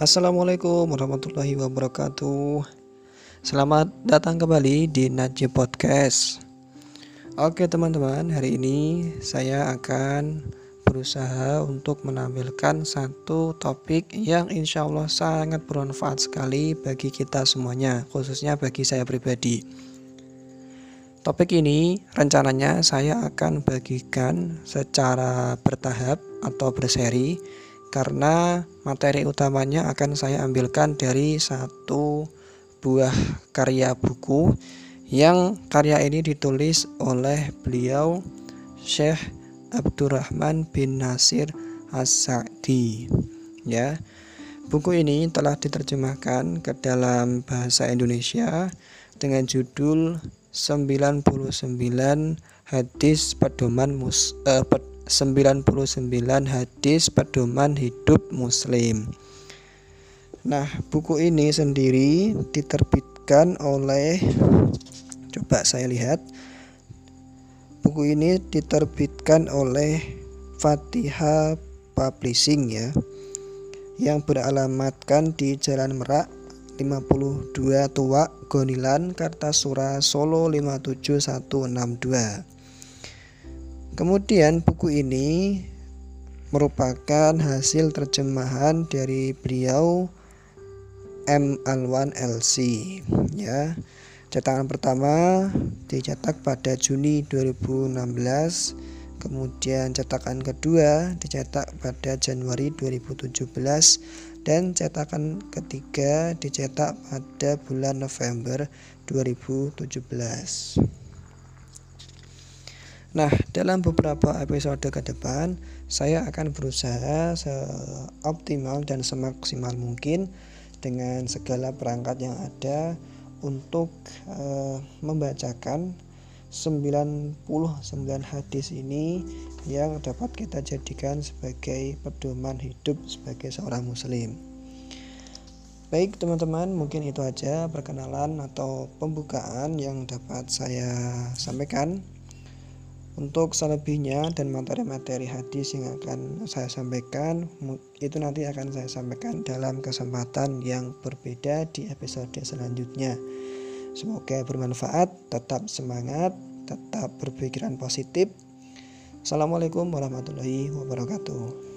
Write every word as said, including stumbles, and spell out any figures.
Assalamualaikum warahmatullahi wabarakatuh. Selamat datang kembali di Najib Podcast. Oke teman-teman, hari ini saya akan berusaha untuk menampilkan satu topik yang insya Allah sangat bermanfaat sekali bagi kita semuanya, khususnya bagi saya pribadi. Topik ini rencananya saya akan bagikan secara bertahap atau berseri, karena materi utamanya akan saya ambilkan dari satu buah karya buku yang karya ini ditulis oleh beliau Syekh Abdurrahman bin Nasir As-Sa'di. Ya, buku ini telah diterjemahkan ke dalam bahasa Indonesia dengan judul sembilan puluh sembilan hadis pedoman mus, eh, sembilan puluh sembilan hadis pedoman hidup muslim. Nah, buku ini sendiri diterbitkan oleh, coba saya lihat, buku ini diterbitkan oleh Fatihah Publishing ya, yang beralamatkan di Jalan Merak lima puluh dua Tua, Gonilan, Kartasura, Solo lima tujuh satu enam dua. Kemudian buku ini merupakan hasil terjemahan dari beliau M. Alwan L C ya. Cetakan pertama dicetak pada Juni dua ribu enam belas, kemudian cetakan kedua dicetak pada Januari dua ribu tujuh belas, dan cetakan ketiga dicetak pada bulan November dua ribu tujuh belas. Nah, dalam beberapa episode ke depan saya akan berusaha seoptimal dan semaksimal mungkin dengan segala perangkat yang ada untuk uh, membacakan sembilan puluh sembilan hadis ini yang dapat kita jadikan sebagai pedoman hidup sebagai seorang muslim. Baik teman-teman, mungkin itu aja perkenalan atau pembukaan yang dapat saya sampaikan. Untuk selebihnya dan materi-materi hadis yang akan saya sampaikan, itu nanti akan saya sampaikan dalam kesempatan yang berbeda di episode selanjutnya. Semoga bermanfaat, tetap semangat, tetap berpikiran positif. Assalamualaikum warahmatullahi wabarakatuh.